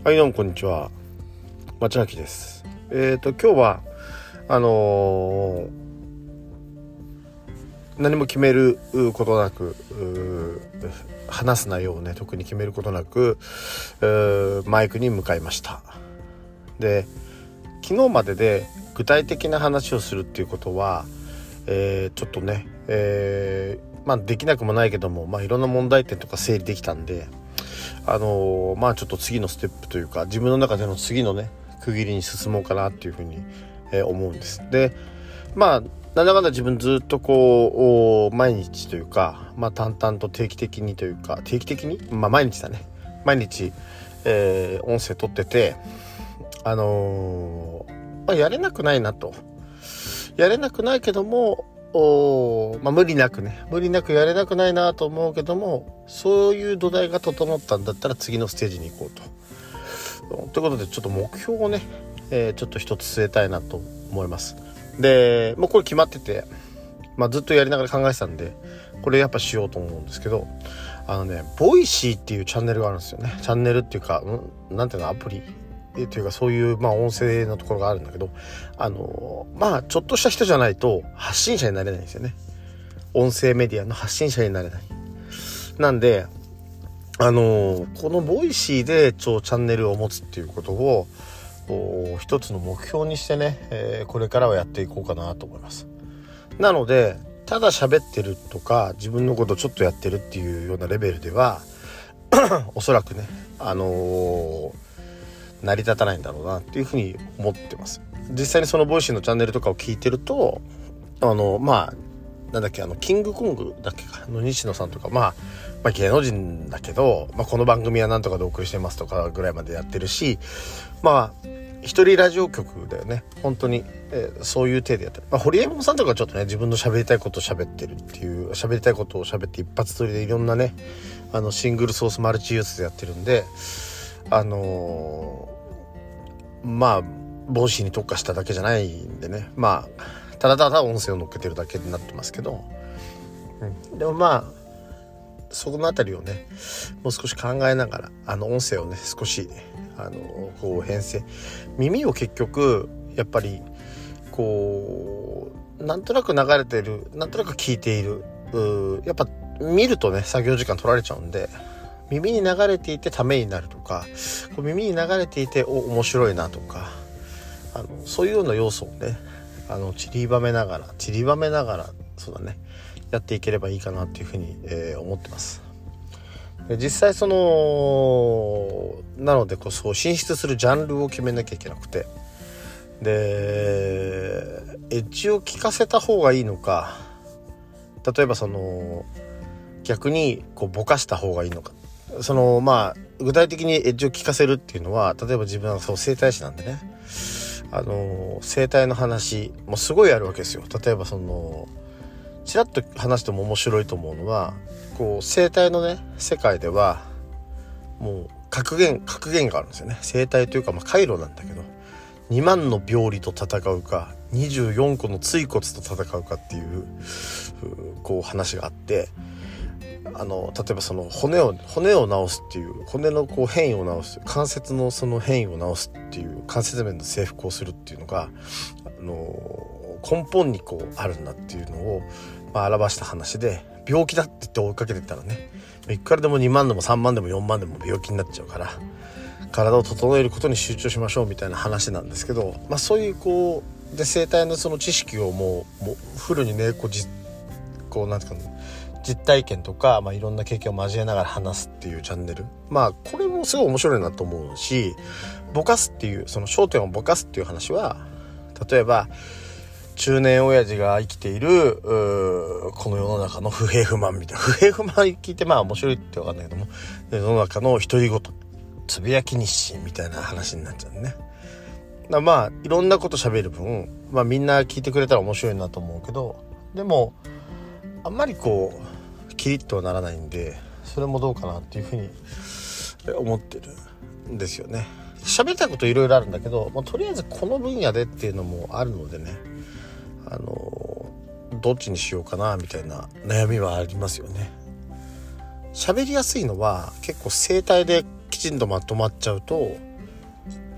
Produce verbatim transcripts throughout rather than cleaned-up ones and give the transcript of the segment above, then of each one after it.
はい、どうもこんにちは。町明です。えっと今日はあのー、何も決めることなく話す内容をね特に決めることなくマイクに向かいました。で、昨日までで具体的な話をするっていうことは、えー、ちょっとね、えー、まあできなくもないけども、まあいろんな問題点とか整理できたんで。あのー、まあちょっと次のステップというか自分の中での次のね区切りに進もうかなっていうふうに、えー、思うんです。でまあなんだかんだ自分ずっとこう毎日というか、まあ、淡々と定期的にというか定期的にまあ毎日だね毎日、えー、音声取っててあのーまあ、やれなくないなとやれなくないけどもおまあ、無理なくね無理なくやれなくないなと思うけどもそういう土台が整ったんだったら次のステージに行こうとということでちょっと目標をね、えー、ちょっと一つ据えたいなと思います。でもうこれ決まってて、まあ、ずっとやりながら考えてたんでこれやっぱしようと思うんですけどあのねボイシーっていうチャンネルがあるんですよね。チャンネルっていうかんなんていうのアプリっていうかそういうまあ音声のところがあるんだけどあのまあちょっとした人じゃないと発信者になれないんですよね。音声メディアの発信者になれない。なんであのこのボイシーで超チャンネルを持つっていうことを一つの目標にしてね、えー、これからはやっていこうかなと思います。なのでただ喋ってるとか自分のことちょっとやってるっていうようなレベルではおそらくねあのー成り立たないんだろうなっていうふうに思ってます。実際にそのボイシーのチャンネルとかを聞いてるとあのまあなんだっけあのキングコングだっけかの西野さんとか、まあ、まあ芸能人だけど、まあ、この番組はなんとかでお送りしてますとかぐらいまでやってるしまあ一人ラジオ局だよね本当に、えー、そういう体でやってる、まあ、堀江門さんとかちょっとね自分の喋りたいことを喋ってるっていう喋りたいことを喋って一発撮りでいろんなねあのシングルソースマルチユースでやってるんであのー、まあボイシーに特化しただけじゃないんでねまあただただ音声を乗っけてるだけになってますけど、うん、でもまあそこのあたりをねもう少し考えながらあの音声をね少しあのこう編成耳を結局やっぱりこうなんとなく流れてるなんとなく聞いているやっぱ見るとね作業時間取られちゃうんで耳に流れていてためになるとかこう耳に流れていてお面白いなとかあのそういうような要素をねあの散りばめながら散りばめながらそうだねやっていければいいかなっていうふうに、えー、思ってます。で実際そのなのでこそ進出するジャンルを決めなきゃいけなくてでエッジを効かせた方がいいのか例えばその逆にこうぼかした方がいいのかそのまあ具体的にエッジを効かせるっていうのは例えば自分はそう整体師なんでねあの整体の話もすごいあるわけですよ。例えばそのちらっと話しても面白いと思うのはこう整体のね世界ではもう格言格言があるんですよね。整体というかまあ回路なんだけどにまんの病理と戦うかにじゅうよんこの椎骨と戦うかっていうこう話があってあの例えばその骨を骨を治すっていう骨のこう変異を治す関節のその変異を治すっていう関節面の征服をするっていうのがあの根本にこうあるんだっていうのを、まあ、表した話で病気だって言って追いかけてたらねいくらでもにまんでもさんまんでもよんまんでも病気になっちゃうから体を整えることに集中しましょうみたいな話なんですけど、まあ、そういうこうで生体のその知識をもう、もうフルにねこうじこうなんていうか実体験とか、まあ、いろんな経験を交えながら話すっていうチャンネルまあこれもすごい面白いなと思うしぼかすっていうその焦点をぼかすっていう話は例えば中年親父が生きているこの世の中の不平不満みたいな不平不満聞いてまあ面白いって分かんないけども世の中の独り言つぶやき日誌みたいな話になっちゃうね。だまあいろんなこと喋る分、まあ、みんな聞いてくれたら面白いなと思うけどでもあんまりこうキリッとはならないんでそれもどうかなっていうふうに思ってるんですよね。喋りたいこといろいろあるんだけど、まあ、とりあえずこの分野でっていうのもあるのでねあのどっちにしようかなみたいな悩みはありますよね。喋りやすいのは結構声帯できちんとまとまっちゃうと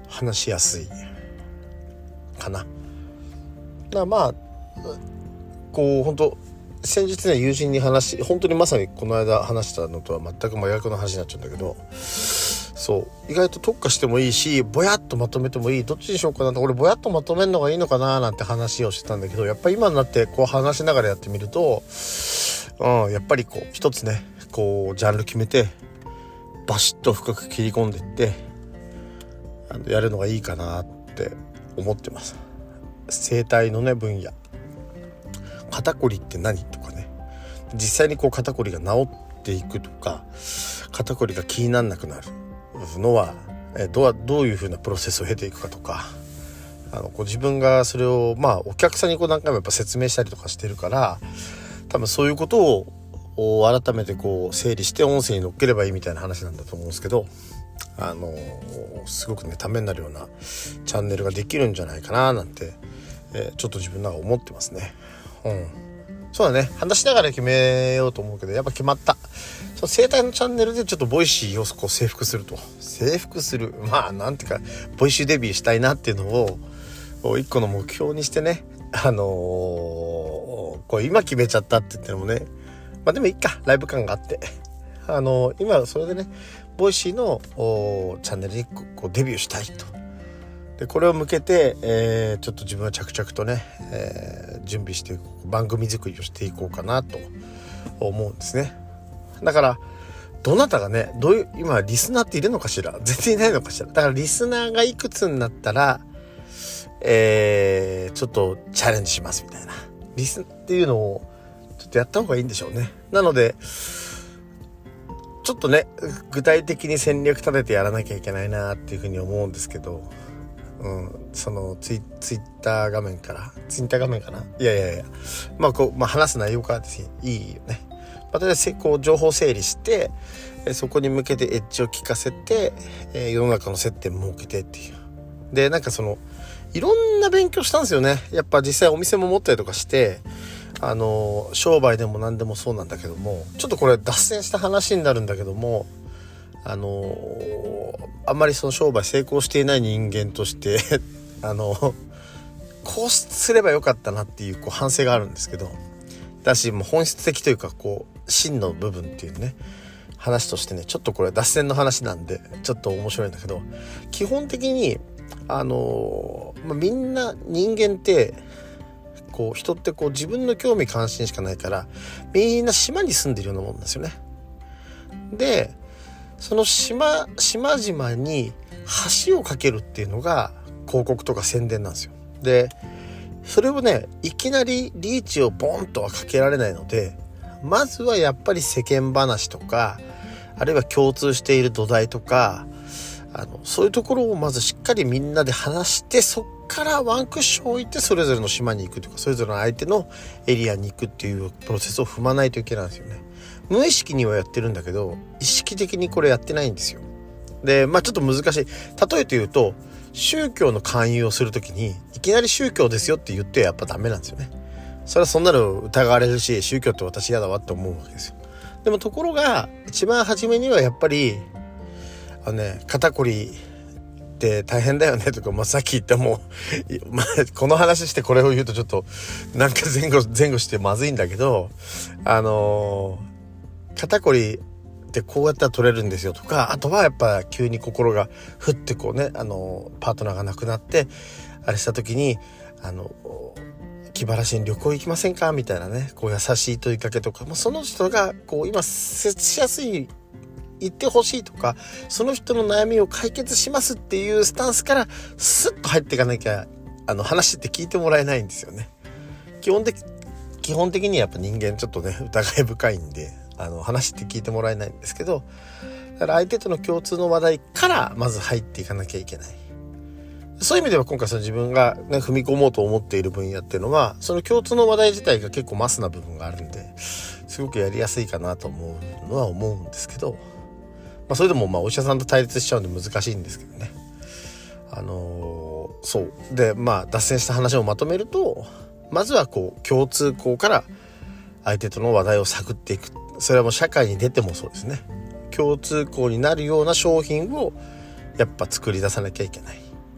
話しやすいかな。だからまあこう本当先日ね友人に話本当にまさにこの間話したのとは全く真逆の話になっちゃうんだけど、そう意外と特化してもいいしぼやっとまとめてもいい、どっちにしようかなって、俺ぼやっとまとめるのがいいのかななんて話をしてたんだけど、やっぱり今になってこう話しながらやってみると、うん、やっぱりこう一つねこうジャンル決めてバシッと深く切り込んでいってあのやるのがいいかなって思ってます。生態のね分野、肩こりって何とかね、実際にこう肩こりが治っていくとか肩こりが気にならなくなるのはえどう、どういう風なプロセスを経ていくかとか、あのこう自分がそれをまあお客さんにこう何回もやっぱ説明したりとかしてるから、多分そういうことを改めてこう整理して音声に乗っければいいみたいな話なんだと思うんですけど、あのすごくねためになるようなチャンネルができるんじゃないかななんて、えー、ちょっと自分なんか思ってますね。うん、そうだね、話しながら決めようと思うけどやっぱ決まった。その生態のチャンネルでちょっとボイシーをこう征服すると征服するまあなんていうかボイシーデビューしたいなっていうのを一個の目標にしてね、あのー、こう今決めちゃったって言ってのもね、まあでもいいか、ライブ感があってあのー、今それでねボイシーのチャンネルにこうデビューしたいと。でこれを向けて、えー、ちょっと自分は着々とね、えー、準備していこう、番組作りをしていこうかなと思うんですね。だからどなたがねどういう今リスナーっているのかしら、全然いないのかしら。だからリスナーがいくつになったら、えー、ちょっとチャレンジしますみたいなリスっていうのをちょっとやった方がいいんでしょうね。なのでちょっとね具体的に戦略立ててやらなきゃいけないなっていうふうに思うんですけど、うん、そのツイ、ツイッター画面からツイッター画面かないやいやいやまあこう、まあ、話す内容からですねいいよね。まあ、とりあえずこう情報整理してそこに向けてエッジを効かせて、えー、世の中の接点設けてっていうで、なんかそのいろんな勉強したんですよね。やっぱ実際お店も持ったりとかしてあの商売でも何でもそうなんだけども、ちょっとこれ脱線した話になるんだけども、あのあんまりその商売成功していない人間としてあのこうすればよかったなっていう、こう反省があるんですけど、だしもう本質的というかこう真の部分っていうね話としてね、ちょっとこれ脱線の話なんでちょっと面白いんだけど、基本的にあの、まあ、みんな人間ってこう人ってこう自分の興味関心しかないからみんな島に住んでるようなもんですよね。でその島島々に橋を架けるっていうのが広告とか宣伝なんですよ。でそれをねいきなりリーチをボンとはかけられないので、まずはやっぱり世間話とかあるいは共通している土台とかあのそういうところをまずしっかりみんなで話して、そっからワンクッション置いてそれぞれの島に行くとかそれぞれの相手のエリアに行くっていうプロセスを踏まないといけないんですよね。無意識にはやってるんだけど意識的にこれやってないんですよ。でまあちょっと難しい例えて言うと、宗教の勧誘をするときにいきなり宗教ですよって言ってはやっぱダメなんですよね。それはそんなの疑われるし、宗教って私嫌だわって思うわけですよ。でもところが一番初めにはやっぱりあのね肩こりって大変だよねとか、まあ、さっき言ったもう、まあ、この話してこれを言うとちょっとなんか前後前後してまずいんだけど、あのー、肩こりってこうやったら取れるんですよとか、あとはやっぱ急に心がふってこうね、あのパートナーが亡くなってあれした時にあの気晴らしに旅行行きませんかみたいなね、こう優しい問いかけとか、もうその人がこう今接しやすい言ってほしいとかその人の悩みを解決しますっていうスタンスからスッと入っていかなきゃあの話って聞いてもらえないんですよね。基本的基本的にやっぱ人間ちょっとね疑い深いんであの話って聞いてもらえないんですけど、だから相手との共通の話題からまず入っていかなきゃいけない。そういう意味では今回その自分が、ね、踏み込もうと思っている分野っていうのはその共通の話題自体が結構マスな部分があるんですごくやりやすいかなと思うのは思うんですけど、まあ、それでもまあお医者さんと対立しちゃうんで難しいんですけどね。あのー、そうでまあ脱線した話をまとめると、まずはこう共通項から相手との話題を探っていく。それはもう社会に出てもそうですね。共通項になるような商品をやっぱ作り出さなきゃいけない。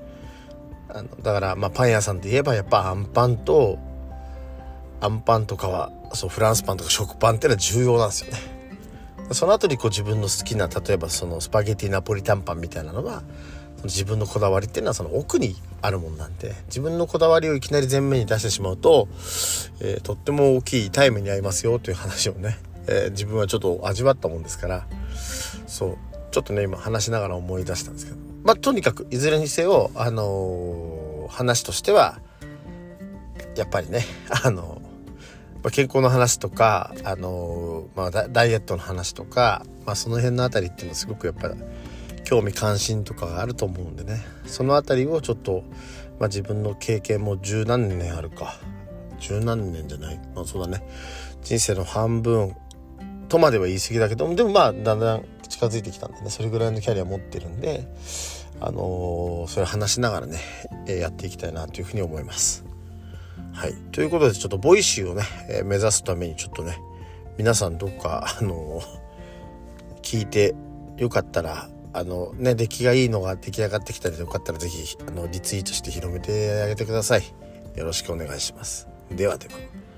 あのだからまあパン屋さんで言えばやっぱあんパンとあんパンとかはそうフランスパンとか食パンっていうのは重要なんですよね。その後にこう自分の好きな例えばそのスパゲティナポリタンパンみたいなのは自分のこだわりっていうのはその奥にあるもんなんで、自分のこだわりをいきなり前面に出してしまうと、えー、とっても大きい痛い目に遭いますよという話をね、えー、自分はちょっと味わったもんですから、そうちょっとね今話しながら思い出したんですけど、まあとにかくいずれにせよあのー、話としてはやっぱりねあのーまあ、健康の話とか、あのーまあ、ダイエットの話とか、まあ、その辺のあたりっていうのはすごくやっぱり興味関心とかがあると思うんでね、そのあたりをちょっと、まあ、自分の経験も十何年あるか十何年じゃない、まあ、そうだね人生の半分とまでは言い過ぎだけども、でもまあだんだん近づいてきたんでね、それぐらいのキャリア持ってるんで、あのー、それ話しながらねやっていきたいなというふうに思います。はい、ということでちょっとボイシーをね、えー、目指すためにちょっとね皆さんどっかあのー、聞いてよかったらあのね出来がいいのが出来上がってきたりでよかったらぜひあのリツイートして広めてあげてください。よろしくお願いします。ではでは。